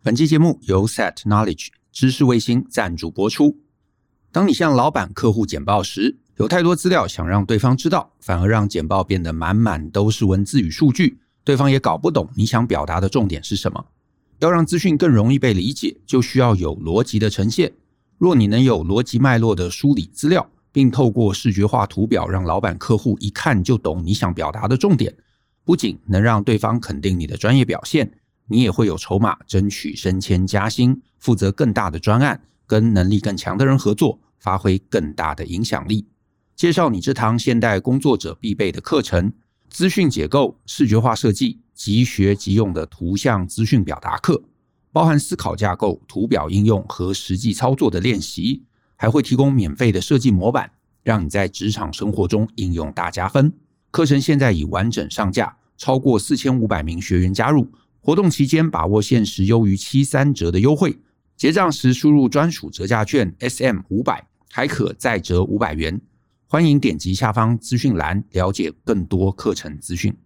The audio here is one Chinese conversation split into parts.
本期节目由 Set Knowledge 知识卫星赞助播出。当你向老板、客户简报时，有太多资料想让对方知道，反而让简报变得满满都是文字与数据，对方也搞不懂你想表达的重点是什么。要让资讯更容易被理解，就需要有逻辑的呈现。若你能有逻辑脉络的梳理资料，并透过视觉化图表让老板、客户一看就懂你想表达的重点，不仅能让对方肯定你的专业表现，你也会有筹码争取升迁加薪，负责更大的专案，跟能力更强的人合作，发挥更大的影响力。介绍你这堂现代工作者必备的课程——资讯解构、视觉化设计、即学即用的图像资讯表达课，包含思考架构、图表应用和实际操作的练习，还会提供免费的设计模板，让你在职场生活中应用大加分。课程现在已完整上架，超过4500名学员加入。活动期间把握限时优于73折的优惠，结账时输入专属折价券 SM500， 还可再折500元。欢迎点击下方资讯栏了解更多课程资讯。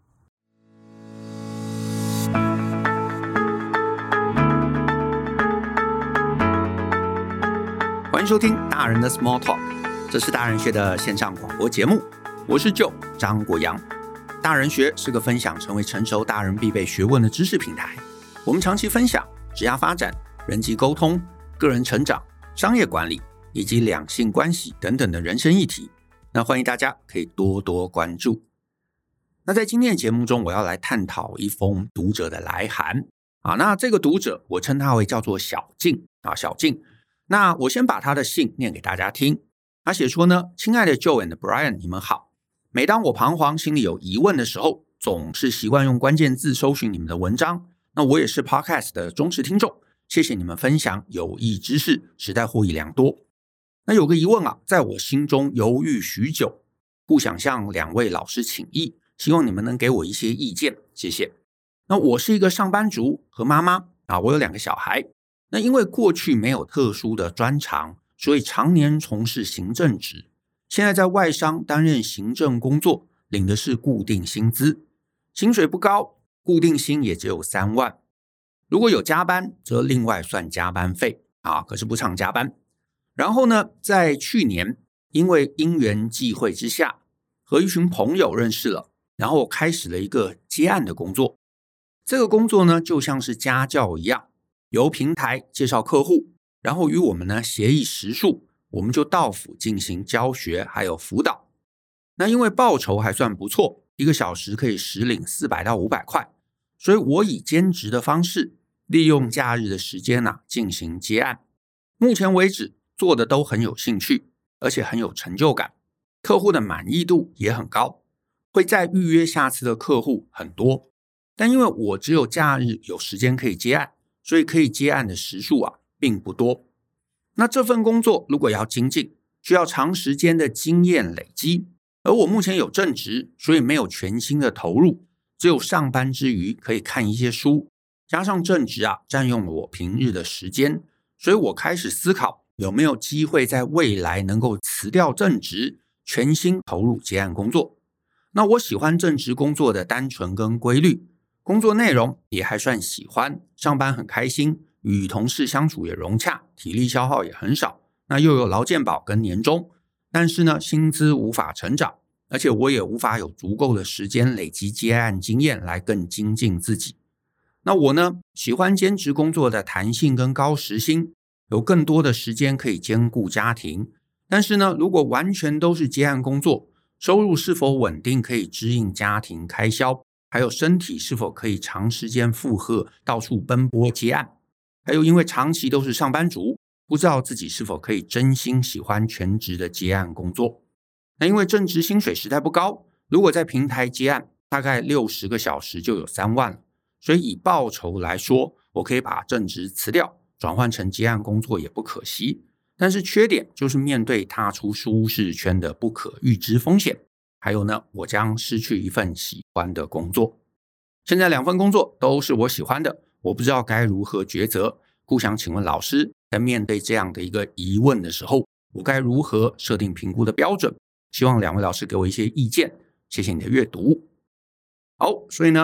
欢迎收听大人的 Small Talk， 这是大人学的线上广播节目，我是Joe张国阳。大人学是个分享成为成熟大人必备学问的知识平台，我们长期分享职业发展、人际沟通、个人成长、商业管理以及两性关系等等的人生议题，那欢迎大家可以多多关注。那在今天的节目中，我要来探讨一封读者的来函那这个读者我称他为叫做小静小静。那我先把他的信念给大家听。他写说呢，亲爱的 Joe and Brian， 你们好。每当我彷徨心里有疑问的时候，总是习惯用关键字搜寻你们的文章。那我也是 Podcast 的忠实听众，谢谢你们分享有益知识，实在获益良多。那有个疑问在我心中犹豫许久，不想向两位老师请益，希望你们能给我一些意见，谢谢。那我是一个上班族和妈妈我有2个小孩。那因为过去没有特殊的专长，所以常年从事行政职。现在在外商担任行政工作，领的是固定薪资，薪水不高，固定薪也只有3万。如果有加班，则另外算加班费可是不常加班。然后呢，在去年因为因缘际会之下，和一群朋友认识了，然后开始了一个接案的工作。这个工作呢，就像是家教一样，由平台介绍客户，然后与我们呢协议时数，我们就到府进行教学还有辅导。那因为报酬还算不错，1个小时可以实领400到500块，所以我以兼职的方式，利用假日的时间进行接案。目前为止做的都很有兴趣，而且很有成就感，客户的满意度也很高，会再预约下次的客户很多。但因为我只有假日有时间可以接案，所以可以接案的时数并不多。那这份工作如果要精进，需要长时间的经验累积，而我目前有正职，所以没有全心的投入，只有上班之余可以看一些书，加上正职占用了我平日的时间，所以我开始思考有没有机会在未来能够辞掉正职，全心投入接案工作。那我喜欢正职工作的单纯跟规律，工作内容也还算喜欢，上班很开心，与同事相处也融洽，体力消耗也很少，那又有劳健保跟年终，但是呢，薪资无法成长，而且我也无法有足够的时间累积接案经验来更精进自己。那我呢，喜欢兼职工作的弹性跟高时薪，有更多的时间可以兼顾家庭。但是呢，如果完全都是接案工作，收入是否稳定可以支应家庭开销，还有身体是否可以长时间负荷到处奔波接案，还有因为长期都是上班族，不知道自己是否可以真心喜欢全职的接案工作。那因为正职薪水实在不高，如果在平台接案，大概60个小时就有3万了，所以以报酬来说，我可以把正职辞掉，转换成接案工作也不可惜。但是缺点就是面对踏出舒适圈的不可预知风险，还有呢，我将失去一份喜欢的工作。现在2份工作都是我喜欢的，我不知道该如何抉择，故想请问老师，在面对这样的一个疑问的时候，我该如何设定评估的标准？希望2位老师给我一些意见，谢谢你的阅读。好，所以呢，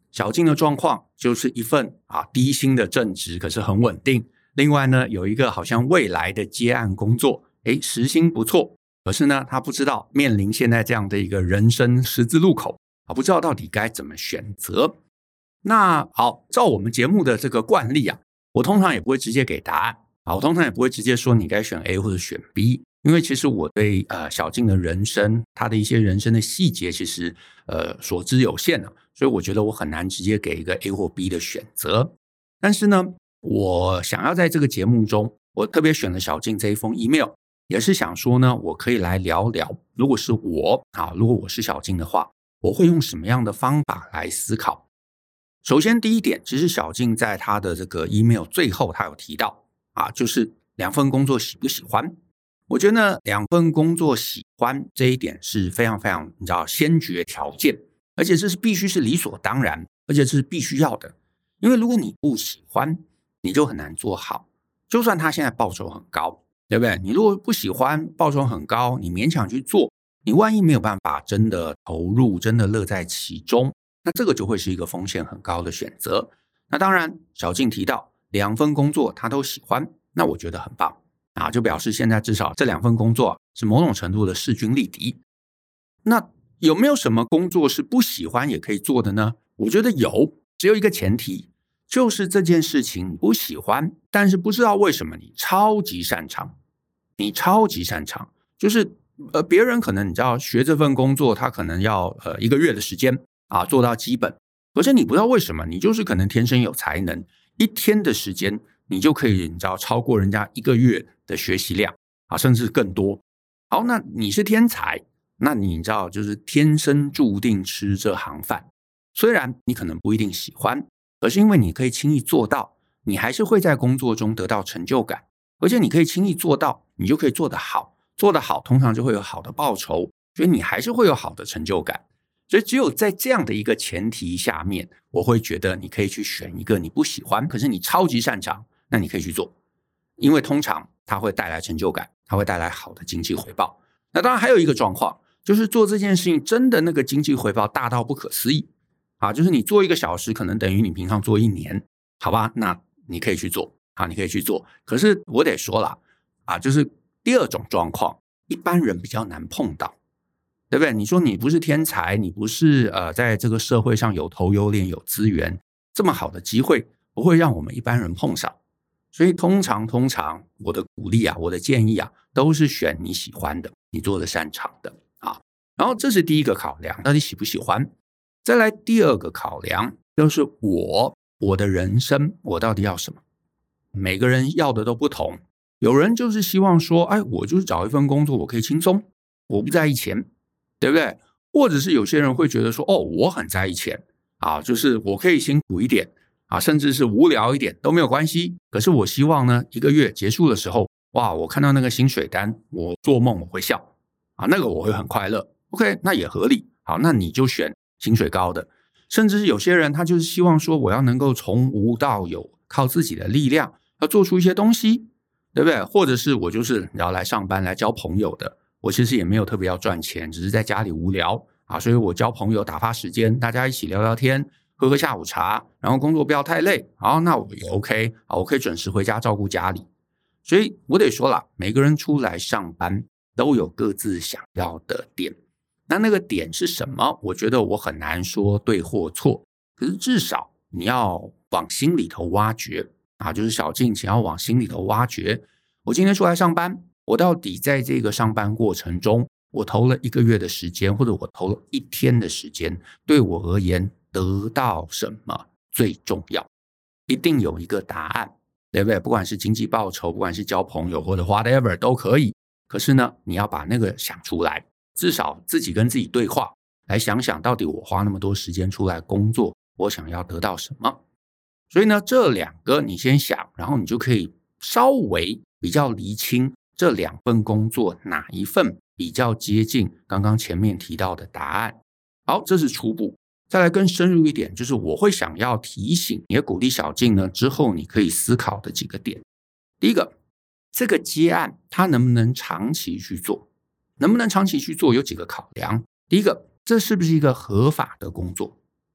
小静的状况就是一份低薪的正职，可是很稳定。另外呢，有一个好像未来的接案工作，时薪不错，可是呢，他不知道面临现在这样的一个人生十字路口，不知道到底该怎么选择。那好，照我们节目的这个惯例我通常也不会直接给答案我通常也不会直接说你该选 A 或者选 B， 因为其实我对小静的人生，他的一些人生的细节其实所知有限所以我觉得我很难直接给一个 A 或 B 的选择。但是呢，我想要在这个节目中，我特别选了小静这一封 email， 也是想说呢，我可以来聊聊，如果是我如果我是小静的话，我会用什么样的方法来思考。首先第一点，其实小静在她的这个 email 最后她有提到就是两份工作喜不喜欢。我觉得呢，两份工作喜欢这一点是非常非常你知道先决条件，而且这是必须是理所当然，而且这是必须要的。因为如果你不喜欢，你就很难做好。就算他现在报酬很高，对不对？你如果不喜欢，报酬很高，你勉强去做，你万一没有办法真的投入，真的乐在其中，那这个就会是一个风险很高的选择。那当然小静提到两份工作他都喜欢，那我觉得很棒就表示现在至少这两份工作是某种程度的势均力敌。那有没有什么工作是不喜欢也可以做的呢？我觉得有，只有一个前提，就是这件事情你不喜欢，但是不知道为什么你超级擅长。你超级擅长，就是别人可能你知道学这份工作他可能要1个月的时间做到基本，可是你不知道为什么你就是可能天生有才能，1天的时间你就可以你知道超过人家1个月的学习量甚至更多。好，那你是天才，那你知道就是天生注定吃这行饭。虽然你可能不一定喜欢，可是因为你可以轻易做到，你还是会在工作中得到成就感，而且你可以轻易做到，你就可以做得好，做得好通常就会有好的报酬，所以你还是会有好的成就感。所以只有在这样的一个前提下面，我会觉得你可以去选一个你不喜欢可是你超级擅长，那你可以去做，因为通常它会带来成就感，它会带来好的经济回报。那当然还有一个状况，就是做这件事情真的那个经济回报大到不可思议就是你做1个小时可能等于你平常做1年，好吧，那你可以去做你可以去做。可是我得说了就是第二种状况一般人比较难碰到，对不对？你说你不是天才，你不是在这个社会上有头有脸有资源，这么好的机会不会让我们一般人碰上。所以通常我的鼓励我的建议都是选你喜欢的，你做的擅长的然后这是第一个考量，到底喜不喜欢。再来第二个考量，就是我的人生我到底要什么。每个人要的都不同，有人就是希望说我就是找一份工作我可以轻松，我不在意钱，对不对？或者是有些人会觉得说我很在意钱就是我可以辛苦一点甚至是无聊一点都没有关系，可是我希望呢1个月结束的时候，哇，我看到那个薪水单，我做梦我会笑那个我会很快乐。 OK， 那也合理。好，那你就选薪水高的。甚至是有些人他就是希望说我要能够从无到有，靠自己的力量要做出一些东西，对不对？或者是我就是要来上班来交朋友的，我其实也没有特别要赚钱，只是在家里无聊所以我交朋友打发时间，大家一起聊聊天，喝喝下午茶，然后工作不要太累，那我也 OK 我可以准时回家照顾家里。所以我得说了，每个人出来上班都有各自想要的点，那个点是什么？我觉得我很难说对或错，可是至少你要往心里头挖掘就是小静想要往心里头挖掘，我今天出来上班，我到底在这个上班过程中，我投了1个月的时间，或者我投了1天的时间，对我而言得到什么最重要？一定有一个答案，对不对？不管是经济报酬，不管是交朋友或者 whatever 都可以，可是呢你要把那个想出来，至少自己跟自己对话，来想想到底我花那么多时间出来工作，我想要得到什么。所以呢这2个你先想，然后你就可以稍微比较厘清这2份工作哪一份比较接近刚刚前面提到的答案。好，这是初步。再来更深入一点，就是我会想要提醒也鼓励小静呢，之后你可以思考的几个点。第一个，这个接案它能不能长期去做？能不能长期去做有几个考量。第一个，这是不是一个合法的工作？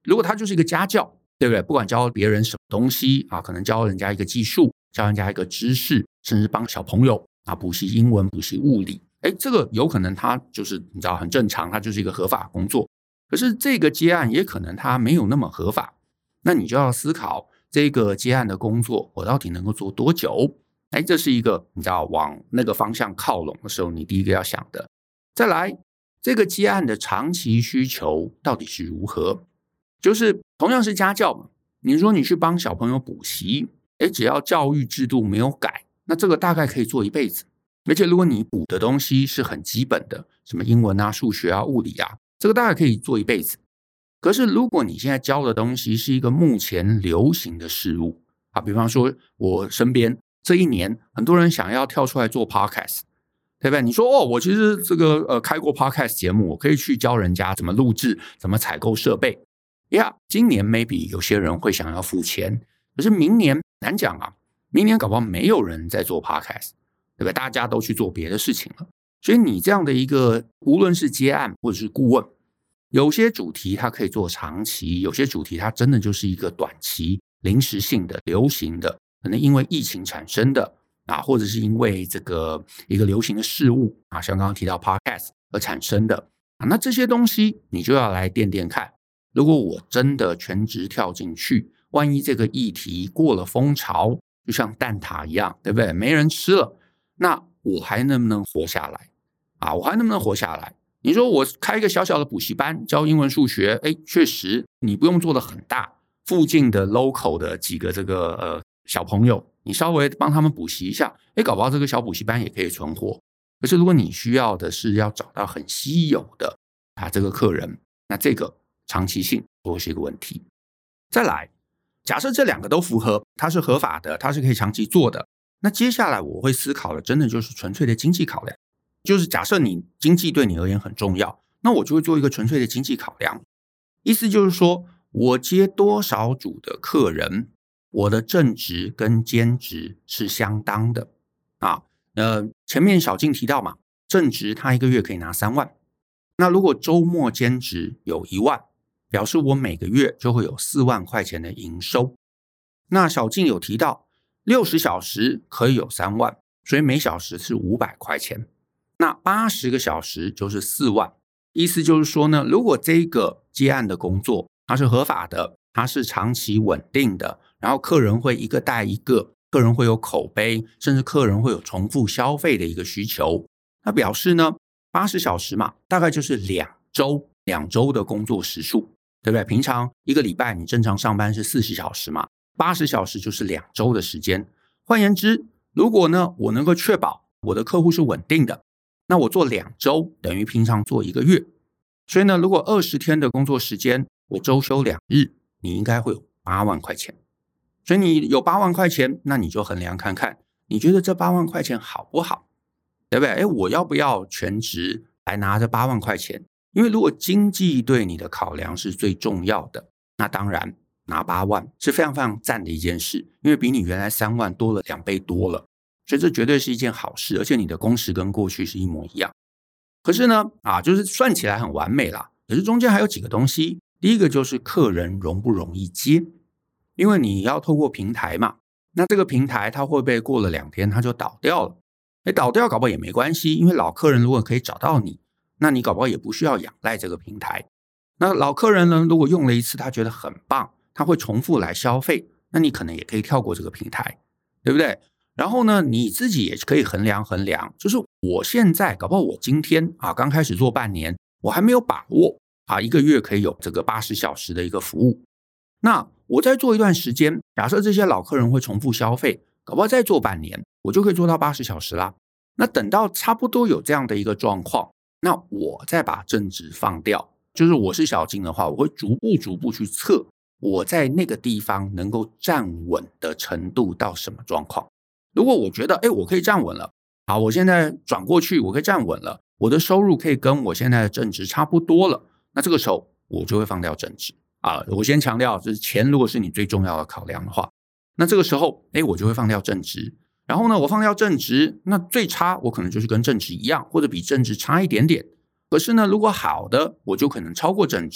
如果他就是一个家教，对不对？不管教别人什么东西可能教人家一个技术，教人家一个知识，甚至帮小朋友补习英文、补习物理，这个有可能他就是你知道很正常，他就是一个合法工作。可是这个接案也可能他没有那么合法，那你就要思考这个接案的工作我到底能够做多久？这是一个你知道往那个方向靠拢的时候，你第一个要想的。再来，这个接案的长期需求到底是如何？就是同样是家教嘛，你说你去帮小朋友补习，只要教育制度没有改，那这个大概可以做一辈子。而且如果你补的东西是很基本的，什么英文数学物理这个大概可以做一辈子。可是如果你现在教的东西是一个目前流行的事物比方说我身边这一年很多人想要跳出来做 podcast， 对不对？你说我其实这个开过 podcast 节目，我可以去教人家怎么录制，怎么采购设备。今年 maybe 有些人会想要付钱，可是明年难讲明年搞不好没有人在做 podcast， 对不对？大家都去做别的事情了。所以你这样的一个无论是接案或者是顾问，有些主题它可以做长期，有些主题它真的就是一个短期临时性的流行的，可能因为疫情产生的或者是因为这个一个流行的事物像刚刚提到 podcast 而产生的那这些东西你就要来掂掂看，如果我真的全职跳进去，万一这个议题过了风潮，就像蛋挞一样，对不对？没人吃了，那我还能不能活下来我还能不能活下来？你说我开一个小小的补习班教英文数学，确实你不用做得很大，附近的 local 的几个这个小朋友，你稍微帮他们补习一下，搞不好这个小补习班也可以存活。可是如果你需要的是要找到很稀有的这个客人，那这个长期性都会是一个问题。再来，假设这两个都符合，它是合法的，它是可以长期做的，那接下来我会思考的真的就是纯粹的经济考量。就是假设你经济对你而言很重要，那我就会做一个纯粹的经济考量。意思就是说，我接多少组的客人，我的正职跟兼职是相当的前面小静提到嘛，正职他一个月可以拿3万，那如果周末兼职有1万，表示我每个月就会有4万块钱的营收。那小静有提到60小时可以有3万，所以每小时是500块钱，那80个小时就是4万。意思就是说呢，如果这个接案的工作它是合法的，它是长期稳定的，然后客人会一个带一个，客人会有口碑，甚至客人会有重复消费的一个需求，那表示呢80小时嘛，大概就是2周的工作时数，对不对？平常一个礼拜你正常上班是40小时嘛，80小时就是2周的时间。换言之，如果呢我能够确保我的客户是稳定的，那我做2周等于平常做1个月。所以呢，如果20天的工作时间，我周休2日，你应该会有8万块钱。所以你有8万块钱，那你就衡量看看，你觉得这8万块钱好不好？对不对？我要不要全职来拿这8万块钱？因为如果经济对你的考量是最重要的，那当然拿8万是非常非常赞的一件事，因为比你原来3万多了2倍多了，所以这绝对是一件好事，而且你的工时跟过去是一模一样。可是呢就是算起来很完美啦，可是中间还有几个东西。第一个就是客人容不容易接，因为你要透过平台嘛，那这个平台它会不会过了2天它就倒掉了？倒掉搞不好也没关系，因为老客人如果可以找到你，那你搞不好也不需要仰赖这个平台。那老客人呢，如果用了一次他觉得很棒，他会重复来消费，那你可能也可以跳过这个平台，对不对？然后呢，你自己也可以衡量，就是我现在搞不好我今天刚开始做半年，我还没有把握1个月可以有这个80小时的一个服务。那我再做一段时间，假设这些老客人会重复消费，搞不好再做半年，我就可以做到80小时啦。那等到差不多有这样的一个状况，那我再把正职放掉，就是我是小金的话，我会逐步去测我在那个地方能够站稳的程度到什么状况。如果我觉得我可以站稳了，好，我现在转过去我可以站稳了，我的收入可以跟我现在的正职差不多了，那这个时候我就会放掉正职我先强调，就是钱如果是你最重要的考量的话，那这个时候我就会放掉正职。然后呢，我放掉正职，那最差我可能就是跟正职一样，或者比正职差一点点。可是呢，如果好的我就可能超过正职，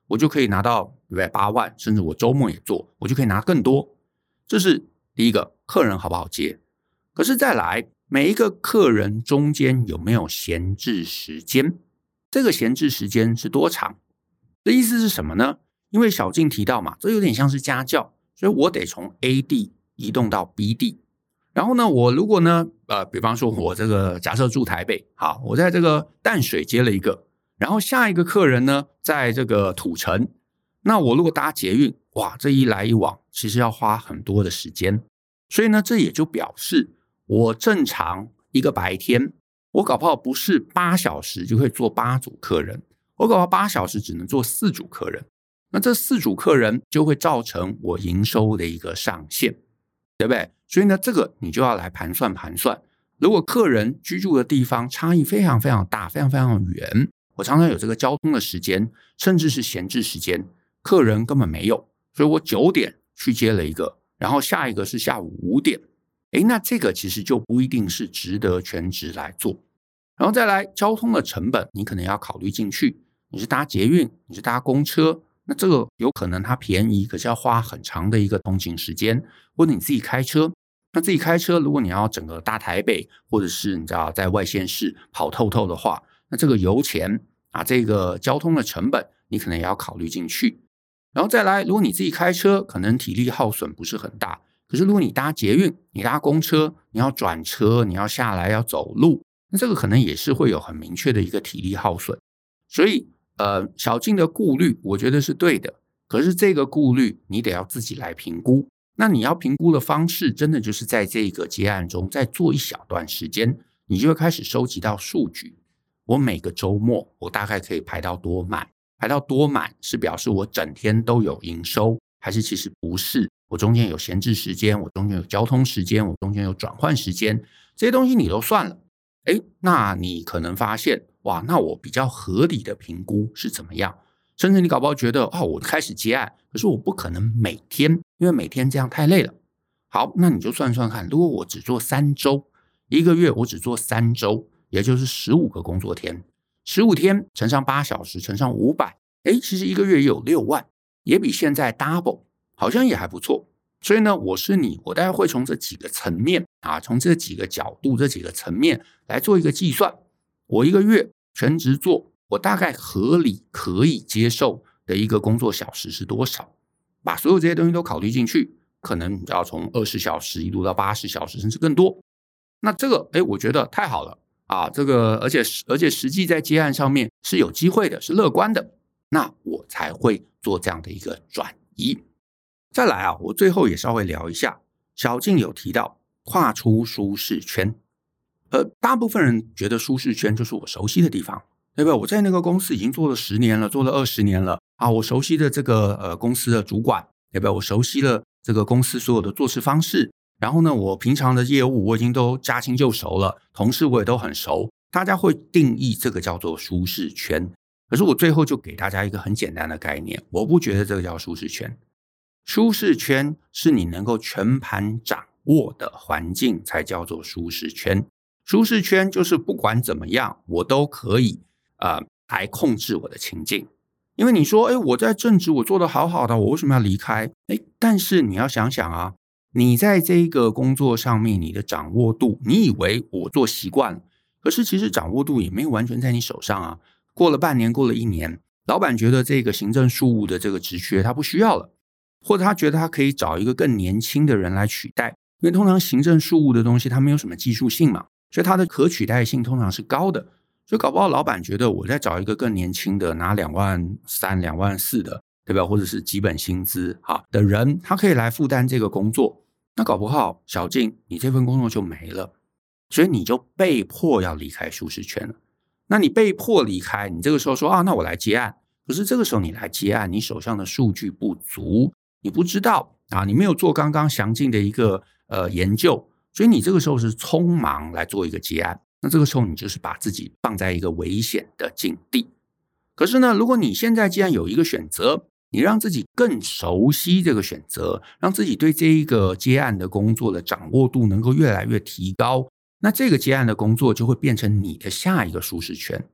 我就可以拿到对不对8万，甚至我周末也做，我就可以拿更多。这是第一个，客人好不好接。可是再来，每一个客人中间有没有闲置时间，这个闲置时间是多长？这意思是什么呢？因为小静提到嘛，这有点像是家教，所以我得从 A 地移动到 B 地。然后呢，我如果呢比方说我这个假设住台北，好，我在这个淡水接了一个，然后下一个客人呢在这个土城，那我如果搭捷运，哇，这一来一往其实要花很多的时间。所以呢，这也就表示我正常一个白天，我搞不好不是8小时就可以做8组客人，我搞不好8小时只能做4组客人。那这4组客人就会造成我营收的一个上限，对不对？所以呢，这个你就要来盘算。如果客人居住的地方差异非常非常大，非常非常远，我常常有这个交通的时间，甚至是闲置时间，客人根本没有，所以我9点去接了一个，然后下一个是下午5点，那这个其实就不一定是值得全职来做。然后再来交通的成本，你可能要考虑进去，你是搭捷运，你是搭公车，那这个有可能它便宜，可是要花很长的一个通勤时间，或者你自己开车。那自己开车，如果你要整个大台北，或者是你知道在外县市跑透的话，那这个油钱这个交通的成本，你可能也要考虑进去。然后再来，如果你自己开车，可能体力耗损不是很大，可是如果你搭捷运，你搭公车，你要转车，你要下来要走路，那这个可能也是会有很明确的一个体力耗损。所以小静的顾虑我觉得是对的，可是这个顾虑你得要自己来评估。那你要评估的方式真的就是在这个接案中再做一小段时间，你就会开始收集到数据。我每个周末我大概可以排到多满，排到多满是表示我整天都有营收，还是其实不是，我中间有闲置时间，我中间有交通时间，我中间有转换时间，这些东西你都算了，那你可能发现哇，那我比较合理的评估是怎么样？甚至你搞不好觉得我开始接案，可是我不可能每天，因为每天这样太累了。好，那你就算算看，如果我只做3周，一个月我只做3周，也就是15个工作天，15天乘上8小时乘上500，其实一个月也有6万，也比现在 double， 好像也还不错。所以呢，我是你，我大概会从这几个层面从这几个角度，这几个层面来做一个计算。我一个月全职做，我大概合理可以接受的一个工作小时是多少？把所有这些东西都考虑进去，可能要从20小时一路到80小时，甚至更多。那这个我觉得太好了这个而且实际在接案上面是有机会的，是乐观的，那我才会做这样的一个转移。再来我最后也稍微聊一下，小静有提到跨出舒适圈。大部分人觉得舒适圈就是我熟悉的地方，对不对？我在那个公司已经做了10年了，做了20年了我熟悉的这个公司的主管，对不对？我熟悉了这个公司所有的做事方式，然后呢，我平常的业务我已经都驾轻就熟了，同事我也都很熟，大家会定义这个叫做舒适圈。可是我最后就给大家一个很简单的概念，我不觉得这个叫舒适圈。舒适圈是你能够全盘掌握的环境才叫做舒适圈。舒适圈就是不管怎么样我都可以来控制我的情境。因为你说我在正职我做得好好的，我为什么要离开？但是你要想想你在这个工作上面你的掌握度，你以为我做习惯了，可是其实掌握度也没有完全在你手上过了半年，过了1年，老板觉得这个行政事务的这个职缺他不需要了，或者他觉得他可以找一个更年轻的人来取代，因为通常行政事务的东西它没有什么技术性嘛，所以它的可取代性通常是高的。所以搞不好老板觉得我在找一个更年轻的拿2万3、2万4的，对吧？或者是基本薪资的人，他可以来负担这个工作，那搞不好小静你这份工作就没了，所以你就被迫要离开舒适圈了。那你被迫离开，你这个时候说那我来接案，可是这个时候你来接案，你手上的数据不足，你不知道你没有做刚刚详尽的一个研究，所以你这个时候是匆忙来做一个接案，那这个时候你就是把自己放在一个危险的境地。可是呢，如果你现在既然有一个选择，你让自己更熟悉这个选择，让自己对这一个接案的工作的掌握度能够越来越提高，那这个接案的工作就会变成你的下一个舒适圈。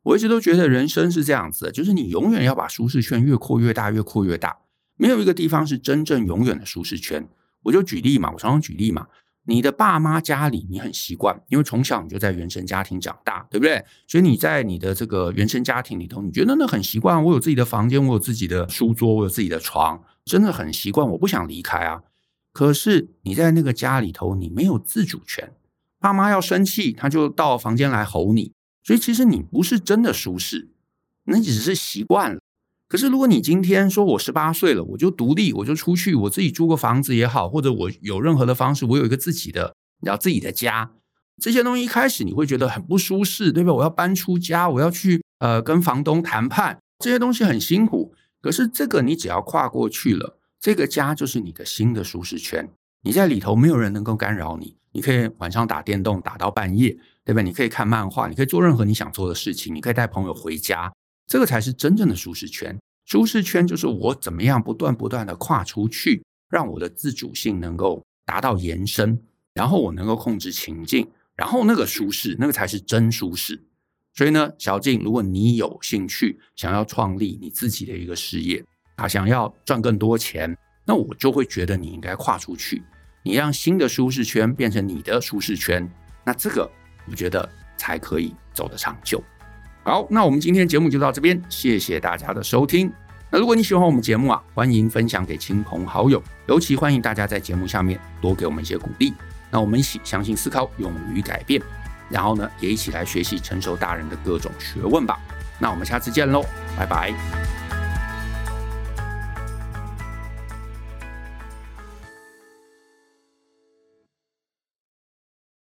我一直都觉得人生是这样子的，就是你永远要把舒适圈越扩越大，越扩越大，没有一个地方是真正永远的舒适圈。我就举例嘛，我常常举例嘛，你的爸妈家里你很习惯，因为从小你就在原生家庭长大，对不对？所以你在你的这个原生家庭里头，你觉得那很习惯，我有自己的房间，我有自己的书桌，我有自己的床，真的很习惯，我不想离开啊。可是你在那个家里头，你没有自主权，爸妈要生气，他就到房间来吼你，所以其实你不是真的舒适，那只是习惯了。可是如果你今天说我18岁了，我就独立，我就出去，我自己租个房子也好，或者我有任何的方式，我有一个自己的家，这些东西一开始你会觉得很不舒适，对吧？我要搬出家，我要去跟房东谈判，这些东西很辛苦。可是这个你只要跨过去了，这个家就是你的新的舒适圈，你在里头没有人能够干扰你，你可以晚上打电动打到半夜，对吧？你可以看漫画，你可以做任何你想做的事情，你可以带朋友回家，这个才是真正的舒适圈。舒适圈就是我怎么样不断的跨出去，让我的自主性能够达到延伸，然后我能够控制情境，然后那个舒适，那个才是真舒适。所以呢，小静，如果你有兴趣想要创立你自己的一个事业，想要赚更多钱，那我就会觉得你应该跨出去，你让新的舒适圈变成你的舒适圈，那这个我觉得才可以走得长久。好，那我们今天节目就到这边，谢谢大家的收听。那如果你喜欢我们节目欢迎分享给亲朋好友，尤其欢迎大家在节目下面多给我们一些鼓励。那我们一起相信思考，勇于改变，然后呢，也一起来学习成熟大人的各种学问吧。那我们下次见喽，拜拜。